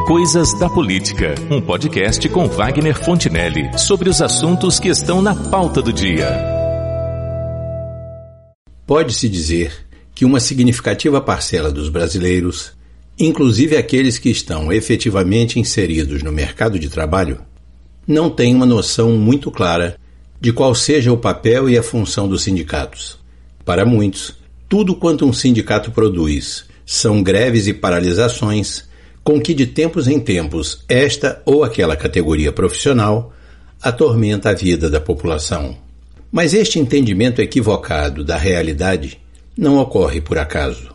Coisas da Política, um podcast com Wagner Fontinelli sobre os assuntos que estão na pauta do dia. Pode-se dizer que uma significativa parcela dos brasileiros, inclusive aqueles que estão efetivamente inseridos no mercado de trabalho, não tem uma noção muito clara de qual seja o papel e a função dos sindicatos. Para muitos, tudo quanto um sindicato produz são greves e paralisações com que de tempos em tempos esta ou aquela categoria profissional atormenta a vida da população. Mas este entendimento equivocado da realidade não ocorre por acaso.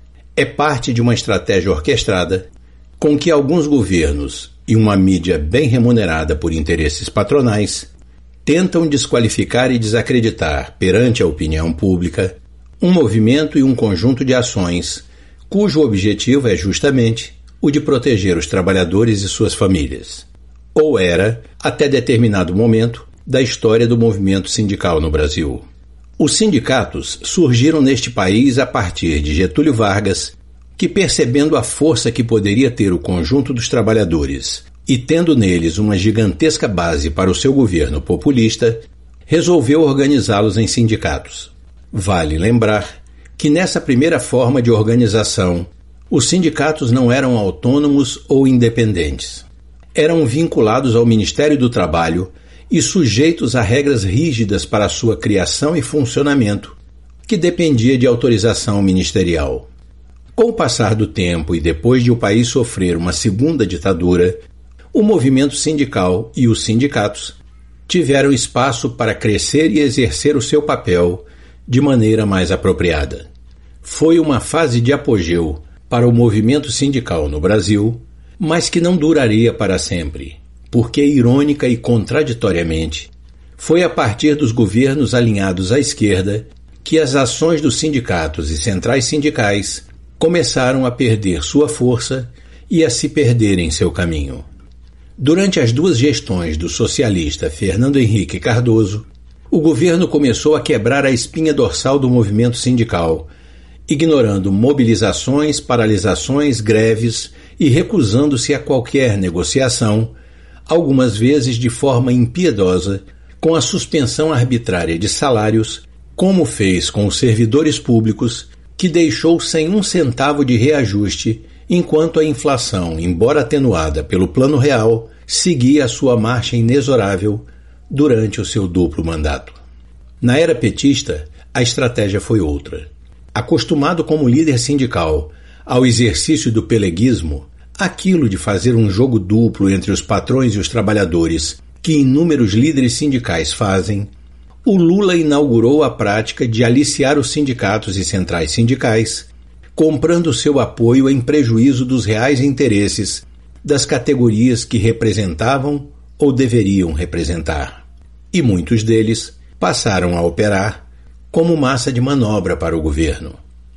É parte de uma estratégia orquestrada com que alguns governos e uma mídia bem remunerada por interesses patronais tentam desqualificar e desacreditar perante a opinião pública um movimento e um conjunto de ações cujo objetivo é justamente o de proteger os trabalhadores e suas famílias. Ou era, até determinado momento, da história do movimento sindical no Brasil. Os sindicatos surgiram neste país a partir de Getúlio Vargas, que, percebendo a força que poderia ter o conjunto dos trabalhadores e tendo neles uma gigantesca base para o seu governo populista, resolveu organizá-los em sindicatos. Vale lembrar que nessa primeira forma de organização, os sindicatos não eram autônomos ou independentes. Eram vinculados ao Ministério do Trabalho e sujeitos a regras rígidas para a sua criação e funcionamento, que dependia de autorização ministerial. Com o passar do tempo e depois de o país sofrer uma segunda ditadura, o movimento sindical e os sindicatos tiveram espaço para crescer e exercer o seu papel de maneira mais apropriada. Foi uma fase de apogeu para o movimento sindical no Brasil, mas que não duraria para sempre, porque, irônica e contraditoriamente, foi a partir dos governos alinhados à esquerda que as ações dos sindicatos e centrais sindicais começaram a perder sua força e a se perder em seu caminho. Durante as duas gestões do socialista Fernando Henrique Cardoso, o governo começou a quebrar a espinha dorsal do movimento sindical, ignorando mobilizações, paralisações, greves e recusando-se a qualquer negociação, algumas vezes de forma impiedosa, com a suspensão arbitrária de salários, como fez com os servidores públicos, que deixou sem um centavo de reajuste, enquanto a inflação, embora atenuada pelo Plano Real, seguia a sua marcha inexorável durante o seu duplo mandato. Na era petista, a estratégia foi outra. Acostumado como líder sindical ao exercício do peleguismo, aquilo de fazer um jogo duplo entre os patrões e os trabalhadores que inúmeros líderes sindicais fazem, o Lula inaugurou a prática de aliciar os sindicatos e centrais sindicais, comprando seu apoio em prejuízo dos reais interesses das categorias que representavam ou deveriam representar. E muitos deles passaram a operar como massa de manobra para o governo.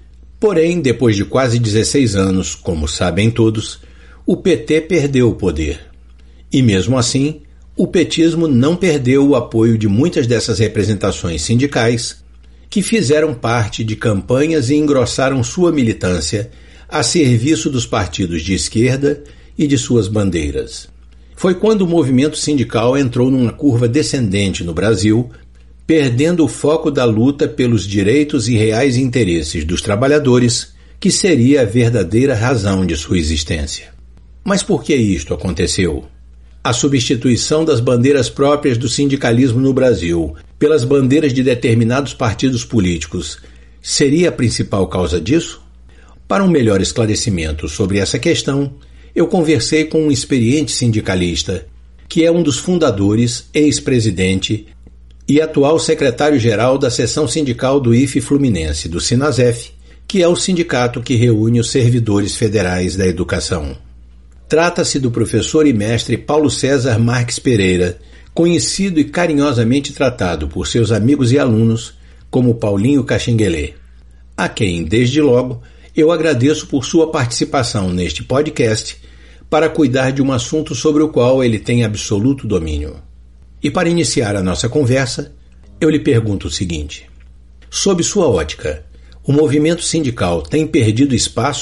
Porém, depois de quase 16 anos, como sabem todos, o PT perdeu o poder. E mesmo assim, o petismo não perdeu o apoio de muitas dessas representações sindicais que fizeram parte de campanhas e engrossaram sua militância a serviço dos partidos de esquerda e de suas bandeiras. Foi quando o movimento sindical entrou numa curva descendente no Brasil, perdendo o foco da luta pelos direitos e reais interesses dos trabalhadores, que seria a verdadeira razão de sua existência. Mas por que isto aconteceu? A substituição das bandeiras próprias do sindicalismo no Brasil pelas bandeiras de determinados partidos políticos seria a principal causa disso? Para um melhor esclarecimento sobre essa questão, eu conversei com um experiente sindicalista, que é um dos fundadores, ex-presidente e atual secretário-geral da seção sindical do IFE Fluminense, do Sinasef, que é o sindicato que reúne os servidores federais da educação. Trata-se do professor e mestre Paulo César Marques Pereira, conhecido e carinhosamente tratado por seus amigos e alunos como Paulinho Caxinguelê, a quem, desde logo, eu agradeço por sua participação neste podcast para cuidar de um assunto sobre o qual ele tem absoluto domínio. E para iniciar a nossa conversa, eu lhe pergunto o seguinte: sob sua ótica, o movimento sindical tem perdido espaço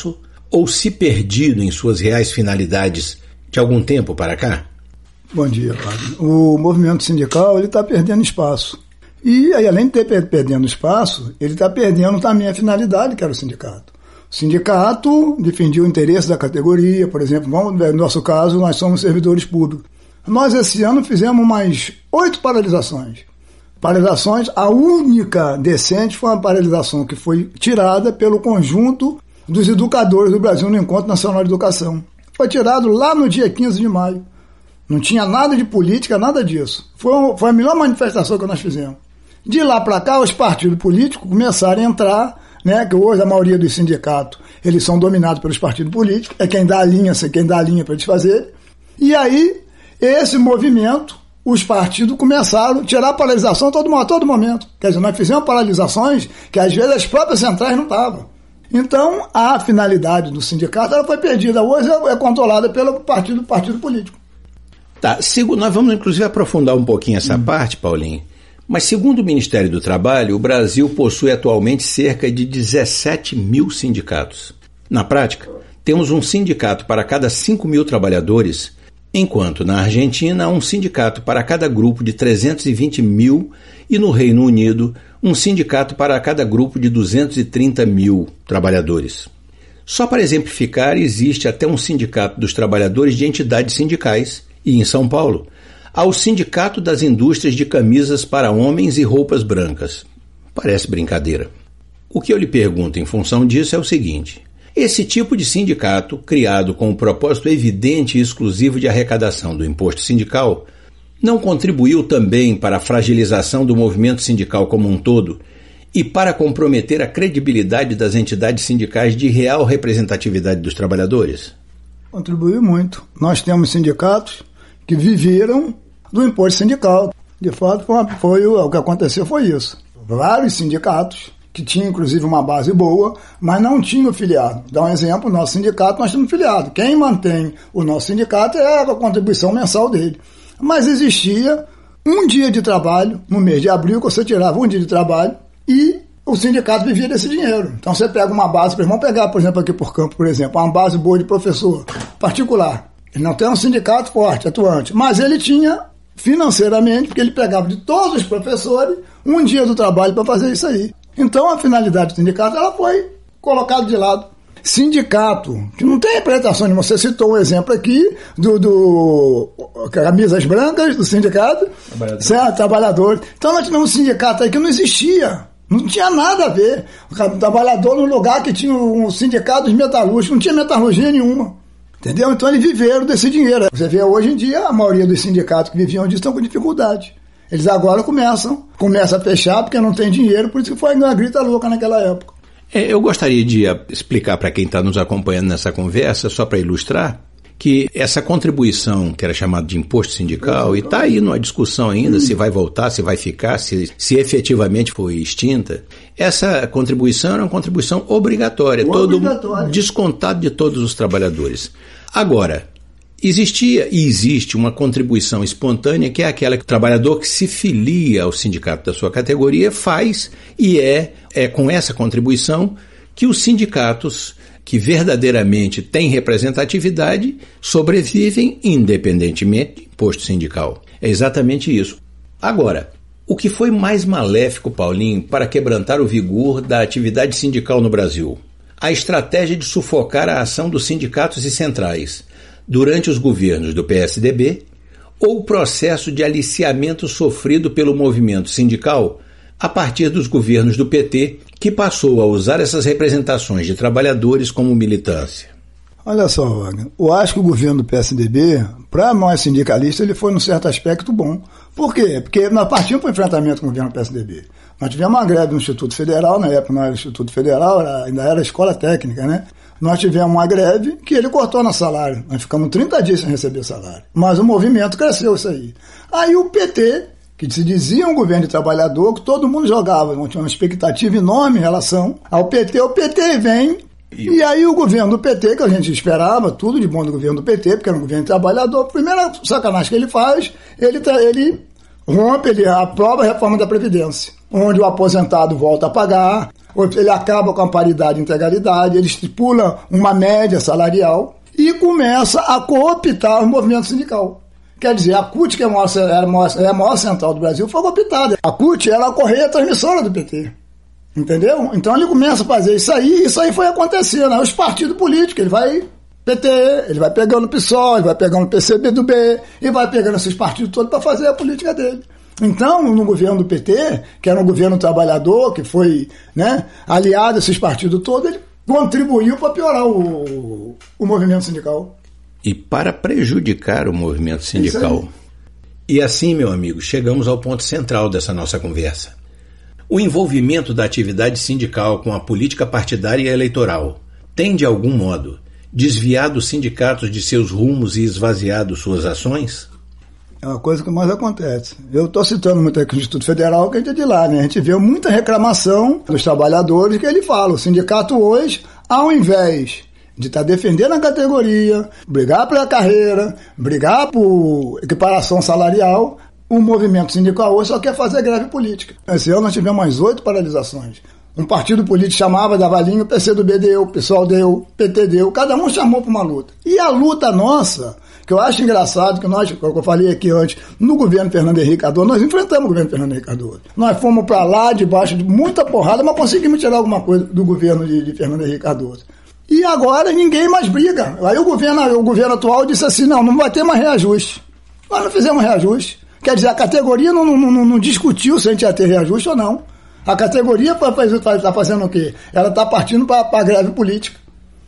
ou se perdido em suas reais finalidades de algum tempo para cá? Bom dia, padre. O movimento sindical está perdendo espaço. E aí, além de ter perdendo espaço, ele está perdendo também a finalidade, que era o sindicato. O sindicato defendia o interesse da categoria, por exemplo, no nosso caso, nós somos servidores públicos. Nós, esse ano, fizemos mais 8 paralisações. Paralisações, a única decente foi uma paralisação que foi tirada pelo conjunto dos educadores do Brasil no Encontro Nacional de Educação. Foi tirado lá no dia 15 de maio. Não tinha nada de política, nada disso. Foi a melhor manifestação que nós fizemos. De lá para cá, os partidos políticos começaram a entrar, né, que hoje a maioria dos sindicatos, eles são dominados pelos partidos políticos, é quem dá a linha para eles fazerem. E aí, esse movimento, os partidos começaram a tirar a paralisação a todo momento. Quer dizer, nós fizemos paralisações que às vezes as próprias centrais não estavam. Então, a finalidade do sindicato ela foi perdida. Hoje é controlada pelo partido político. Tá, nós vamos inclusive aprofundar um pouquinho essa parte, Paulinho, mas segundo o Ministério do Trabalho, o Brasil possui atualmente cerca de 17 mil sindicatos. Na prática, temos um sindicato para cada 5 mil trabalhadores, enquanto na Argentina há um sindicato para cada grupo de 320 mil e no Reino Unido um sindicato para cada grupo de 230 mil trabalhadores. Só para exemplificar, existe até um sindicato dos trabalhadores de entidades sindicais. E em São Paulo, há o Sindicato das Indústrias de Camisas para Homens e Roupas Brancas. Parece brincadeira. O que eu lhe pergunto em função disso é o seguinte: esse tipo de sindicato, criado com o propósito evidente e exclusivo de arrecadação do imposto sindical, não contribuiu também para a fragilização do movimento sindical como um todo e para comprometer a credibilidade das entidades sindicais de real representatividade dos trabalhadores? Contribuiu muito. Nós temos sindicatos que viveram do imposto sindical. De fato, o que aconteceu foi isso. Vários sindicatos que tinham, inclusive, uma base boa, mas não tinham filiado. Dá um exemplo, o nosso sindicato, nós temos filiado. Quem mantém o nosso sindicato é a contribuição mensal dele. Mas existia um dia de trabalho, no mês de abril, que você tirava um dia de trabalho e o sindicato vivia desse dinheiro. Então você pega uma base, vamos pegar, por exemplo, aqui por Campo, por exemplo, uma base boa de professor particular. Ele não tem um sindicato forte, atuante, mas ele tinha financeiramente, porque ele pegava de todos os professores um dia do trabalho para fazer isso aí. Então a finalidade do sindicato ela foi colocada de lado. Sindicato, que não tem representação nenhuma. Você citou um exemplo aqui do camisas brancas do sindicato, trabalhadores. Então nós tivemos um sindicato aí que não existia. Não tinha nada a ver. O trabalhador no lugar que tinha um sindicato dos metalúrgicos, não tinha metalurgia nenhuma. Entendeu? Então eles viveram desse dinheiro. Você vê hoje em dia, a maioria dos sindicatos que viviam disso estão com dificuldade. Eles agora começam a fechar porque não tem dinheiro, por isso que foi uma grita louca naquela época. Eu gostaria de explicar para quem está nos acompanhando nessa conversa, só para ilustrar, que essa contribuição, que era chamada de imposto sindical, e está aí numa discussão ainda, se vai voltar, se vai ficar, se efetivamente foi extinta, essa contribuição era uma contribuição obrigatória, todo descontado de todos os trabalhadores. Agora, existia e existe uma contribuição espontânea, que é aquela que o trabalhador que se filia ao sindicato da sua categoria faz, e é com essa contribuição que os sindicatos que verdadeiramente têm representatividade sobrevivem independentemente do imposto sindical. É exatamente isso. Agora, o que foi mais maléfico, Paulinho, para quebrantar o vigor da atividade sindical no Brasil? A estratégia de sufocar a ação dos sindicatos e centrais durante os governos do PSDB ou o processo de aliciamento sofrido pelo movimento sindical a partir dos governos do PT, que passou a usar essas representações de trabalhadores como militância? Olha só, Wagner, eu acho que o governo do PSDB, para nós sindicalistas, ele foi num certo aspecto bom. Por quê? Porque nós partimos para o enfrentamento com o governo do PSDB. Nós tivemos uma greve no Instituto Federal, na época não era Instituto Federal, ainda era escola técnica, né? Nós tivemos uma greve que ele cortou nosso salário. Nós ficamos 30 dias sem receber salário. Mas o movimento cresceu isso aí. Aí o PT, que se dizia um governo de trabalhador, que todo mundo jogava, tinha uma expectativa enorme em relação ao PT. O PT vem, e aí o governo do PT, que a gente esperava tudo de bom do governo do PT, porque era um governo de trabalhador, a primeira sacanagem que ele faz, ele rompe, ele aprova a reforma da Previdência, onde o aposentado volta a pagar, ele acaba com a paridade e integralidade, ele estipula uma média salarial e começa a cooptar o movimento sindical. Quer dizer, a CUT, que é a maior central do Brasil, foi cooptada. A CUT era a correia transmissora do PT. Entendeu? Então ele começa a fazer isso aí foi acontecendo. Aí os partidos políticos, ele vai PT, ele vai pegando o PSOL, ele vai pegando o PCdoB, e vai pegando esses partidos todos para fazer a política dele. Então, no governo do PT, que era um governo trabalhador, que foi, né, aliado a esses partidos todos, ele contribuiu para piorar o movimento sindical. E para prejudicar o movimento sindical. E assim, meu amigo, chegamos ao ponto central dessa nossa conversa. O envolvimento da atividade sindical com a política partidária e eleitoral tem, de algum modo, desviado os sindicatos de seus rumos e esvaziado suas ações? É uma coisa que mais acontece. Eu estou citando muito aqui o Instituto Federal, que a gente é de lá, né? A gente vê muita reclamação dos trabalhadores que ele fala. O sindicato hoje, ao invés de estar defendendo a categoria, brigar pela carreira, brigar por equiparação salarial, o movimento sindical hoje só quer fazer greve política. Esse ano nós tivemos mais 8 paralisações. Um partido político chamava, dava linha, o PCdoB deu, o PSOL deu, o PT deu, cada um chamou para uma luta. E a luta nossa, que eu acho engraçado, que nós, como eu falei aqui antes, no governo Fernando Henrique Cardoso, nós enfrentamos o governo Fernando Henrique Cardoso. Nós fomos para lá, debaixo de muita porrada, mas conseguimos tirar alguma coisa do governo de Fernando Henrique Cardoso. E agora ninguém mais briga. Aí o governo atual disse assim, não vai ter mais reajuste. Nós não fizemos reajuste. Quer dizer, a categoria não discutiu se a gente ia ter reajuste ou não. A categoria está fazendo o quê? Ela está partindo para a greve política.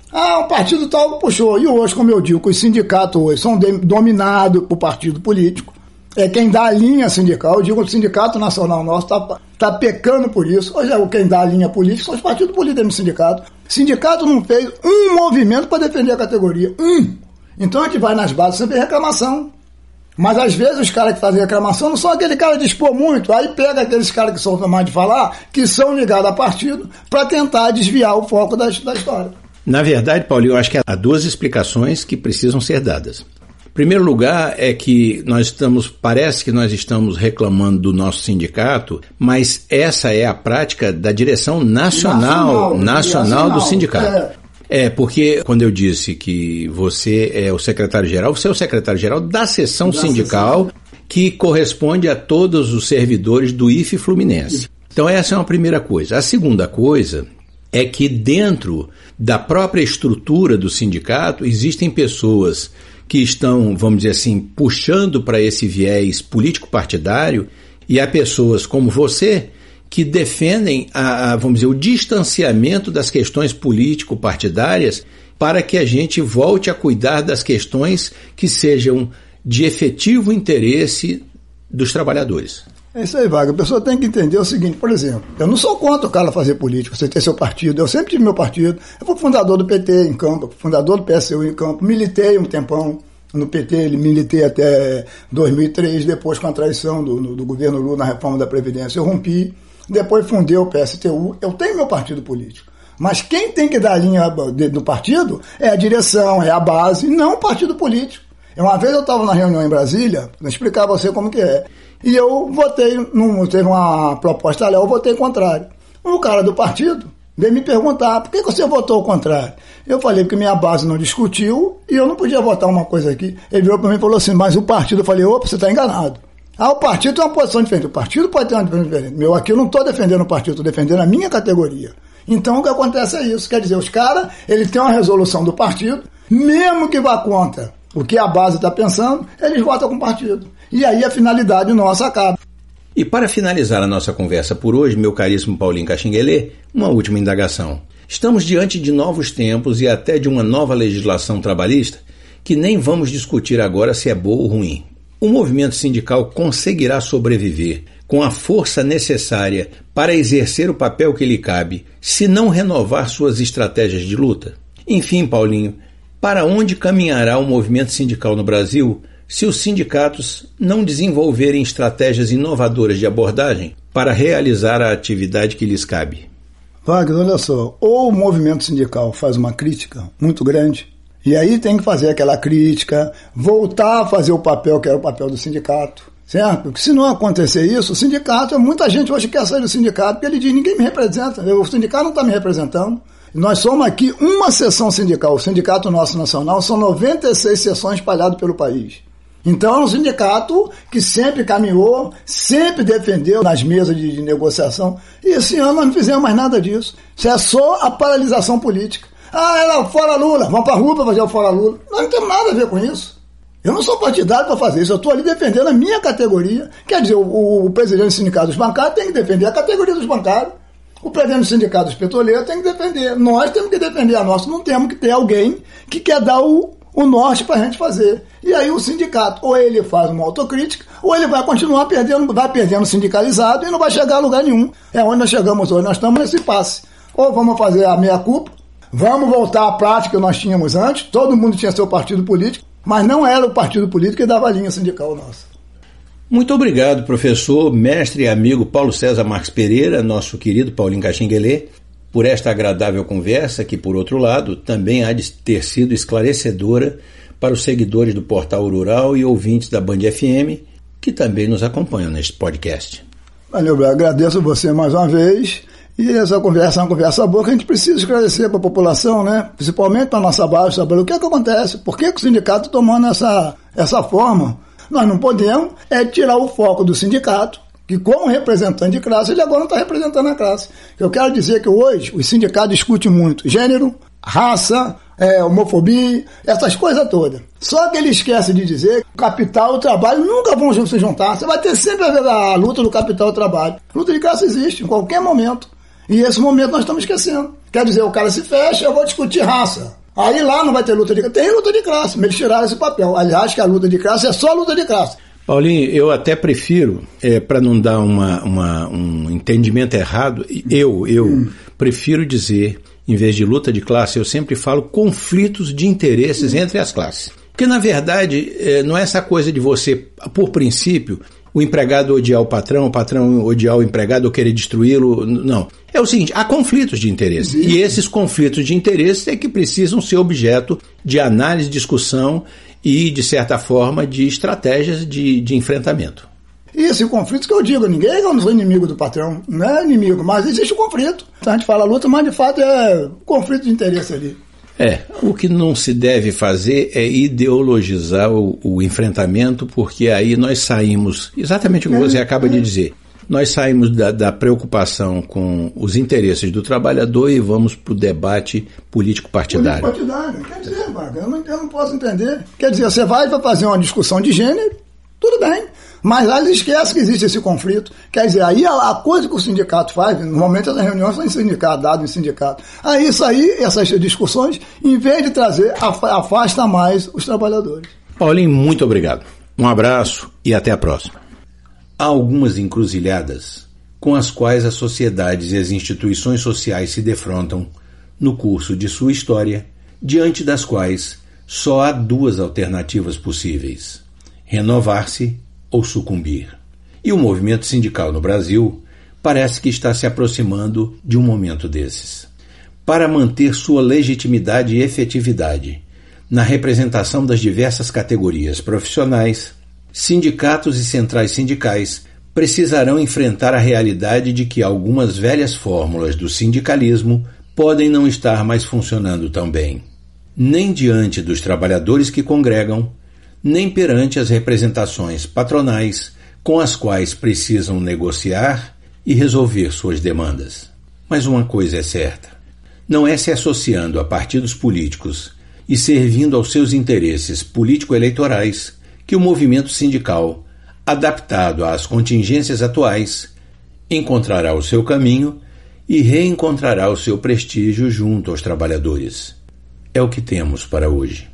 O partido tal puxou. E hoje, como eu digo, os sindicatos hoje são dominados por partido político. É quem dá a linha sindical. Eu digo que o Sindicato Nacional nosso está pecando por isso. Hoje quem dá a linha política são os partidos políticos do sindicato. O sindicato não fez um movimento para defender a categoria. Então a gente vai nas bases sempre reclamação. Mas às vezes os caras que fazem reclamação não são aquele cara que dispor muito, aí pega aqueles caras que são mais de falar, que são ligados a partido, para tentar desviar o foco da história. Na verdade, Paulinho, eu acho que há 2 explicações que precisam ser dadas. Em primeiro lugar é que parece que nós estamos reclamando do nosso sindicato, mas essa é a prática da direção nacional do sindicato. Porque quando eu disse que você é o secretário-geral, você é o secretário-geral da seção sindical que corresponde a todos os servidores do IFE Fluminense. Então essa é uma primeira coisa. A segunda coisa é que dentro da própria estrutura do sindicato existem pessoas que estão, vamos dizer assim, puxando para esse viés político-partidário, e há pessoas como você que defendem vamos dizer, o distanciamento das questões político-partidárias para que a gente volte a cuidar das questões que sejam de efetivo interesse dos trabalhadores. É isso aí, Wagner. A pessoa tem que entender o seguinte, por exemplo, eu não sou contra o cara fazer política, você ter seu partido, eu sempre tive meu partido, eu fui fundador do PT em campo, fundador do PSU em campo, militei um tempão no PT, militei até 2003, depois com a traição do governo Lula na reforma da Previdência, eu rompi. Depois fundei o PSTU, eu tenho meu partido político. Mas quem tem que dar a linha do partido é a direção, é a base, não o partido político. Uma vez eu estava na reunião em Brasília, vou explicar a você como que é, e eu votei, teve uma proposta ali, eu votei contrário. O cara do partido veio me perguntar, por que você votou contrário? Eu falei, porque minha base não discutiu e eu não podia votar uma coisa aqui. Ele virou para mim e falou assim, mas o partido, eu falei, opa, você está enganado. O partido tem uma posição diferente. O partido pode ter uma posição diferente. Aqui eu não estou defendendo o partido, estou defendendo a minha categoria. Então o que acontece é isso. Quer dizer, os caras, eles têm uma resolução do partido, mesmo que vá contra o que a base está pensando, eles votam com o partido. E aí a finalidade nossa acaba. E para finalizar a nossa conversa por hoje, meu caríssimo Paulinho Caxinguelê, uma última indagação. Estamos diante de novos tempos e até de uma nova legislação trabalhista que nem vamos discutir agora se é boa ou ruim. O movimento sindical conseguirá sobreviver com a força necessária para exercer o papel que lhe cabe, se não renovar suas estratégias de luta? Enfim, Paulinho, para onde caminhará o movimento sindical no Brasil se os sindicatos não desenvolverem estratégias inovadoras de abordagem para realizar a atividade que lhes cabe? Wagner, olha só, ou o movimento sindical faz uma crítica muito grande, e aí tem que fazer aquela crítica, voltar a fazer o papel que era o papel do sindicato, certo? Porque se não acontecer isso, o sindicato, muita gente hoje quer sair do sindicato, porque ele diz, ninguém me representa, o sindicato não está me representando. Nós somos aqui uma seção sindical, o sindicato nosso nacional, são 96 seções espalhadas pelo país. Então é um sindicato que sempre caminhou, sempre defendeu nas mesas de negociação, e esse ano nós não fizemos mais nada disso. Isso é só a paralisação política. Era fora Lula, vamos para a rua para fazer o fora Lula. Nós não temos nada a ver com isso. Eu não sou partidário para fazer isso, eu estou ali defendendo a minha categoria. Quer dizer, o presidente do sindicato dos bancários tem que defender a categoria dos bancários. O presidente do sindicato dos petroleiros tem que defender. Nós temos que defender a nossa. Não temos que ter alguém que quer dar o norte para a gente fazer. E aí o sindicato, ou ele faz uma autocrítica, ou ele vai continuar perdendo sindicalizado e não vai chegar a lugar nenhum. É onde nós chegamos hoje, nós estamos nesse impasse. Ou vamos fazer a meia-culpa, vamos voltar à prática que nós tínhamos antes, todo mundo tinha seu partido político, mas não era o partido político que dava a linha sindical nossa. Muito obrigado, professor, mestre e amigo Paulo César Marques Pereira, nosso querido Paulinho Caxinguelê, por esta agradável conversa que, por outro lado, também há de ter sido esclarecedora para os seguidores do Portal Rural e ouvintes da Band FM, que também nos acompanham neste podcast. Valeu, agradeço você mais uma vez. E essa conversa é uma conversa boa que a gente precisa esclarecer para a população, né? Principalmente para a nossa base, saber o que é que acontece, por que o sindicato está tomando essa forma. Nós não podemos tirar o foco do sindicato, que como representante de classe, ele agora não está representando a classe. Eu quero dizer que hoje os sindicatos discutem muito gênero, raça, homofobia, essas coisas todas. Só que ele esquece de dizer que o capital e o trabalho nunca vão se juntar. Você vai ter sempre a luta do capital e do trabalho. A luta de classe existe em qualquer momento. E esse momento nós estamos esquecendo. Quer dizer, o cara se fecha, eu vou discutir raça. Aí lá não vai ter luta de classe. Tem luta de classe, mas eles tiraram esse papel. Aliás, que a luta de classe é só luta de classe. Paulinho, eu até prefiro, para não dar um entendimento errado, eu prefiro dizer, em vez de luta de classe, eu sempre falo conflitos de interesses entre as classes. Porque, na verdade, não é essa coisa de você, por princípio, o empregado odiar o patrão odiar o empregado ou querer destruí-lo, não. É o seguinte, há conflitos de interesse. E esses conflitos de interesse é que precisam ser objeto de análise, discussão e, de certa forma, de estratégias de enfrentamento. Isso, e conflitos que eu digo, ninguém é o inimigo do patrão, não é inimigo, mas existe o conflito. Então a gente fala luta, mas de fato é conflito de interesse ali. O que não se deve fazer é ideologizar o enfrentamento, porque aí nós saímos, exatamente o que você acaba de dizer, nós saímos da preocupação com os interesses do trabalhador e vamos para o debate político-partidário. Político-partidário, quer dizer, eu não posso entender. Quer dizer, você vai fazer uma discussão de gênero, tudo bem, mas lá eles esquecem que existe esse conflito. Quer dizer, aí a coisa que o sindicato faz, normalmente as reuniões são em sindicato, dadas em sindicato. Aí isso aí, essas discussões, em vez de trazer, afasta mais os trabalhadores. Paulinho, muito obrigado. Um abraço e até a próxima. Há algumas encruzilhadas com as quais as sociedades e as instituições sociais se defrontam no curso de sua história, diante das quais só há duas alternativas possíveis: renovar-se ou sucumbir. E o movimento sindical no Brasil parece que está se aproximando de um momento desses. Para manter sua legitimidade e efetividade na representação das diversas categorias profissionais, sindicatos e centrais sindicais precisarão enfrentar a realidade de que algumas velhas fórmulas do sindicalismo podem não estar mais funcionando tão bem, nem diante dos trabalhadores que congregam, nem perante as representações patronais com as quais precisam negociar e resolver suas demandas. Mas uma coisa é certa: não é se associando a partidos políticos e servindo aos seus interesses político-eleitorais que o movimento sindical, adaptado às contingências atuais, encontrará o seu caminho e reencontrará o seu prestígio junto aos trabalhadores. É o que temos para hoje.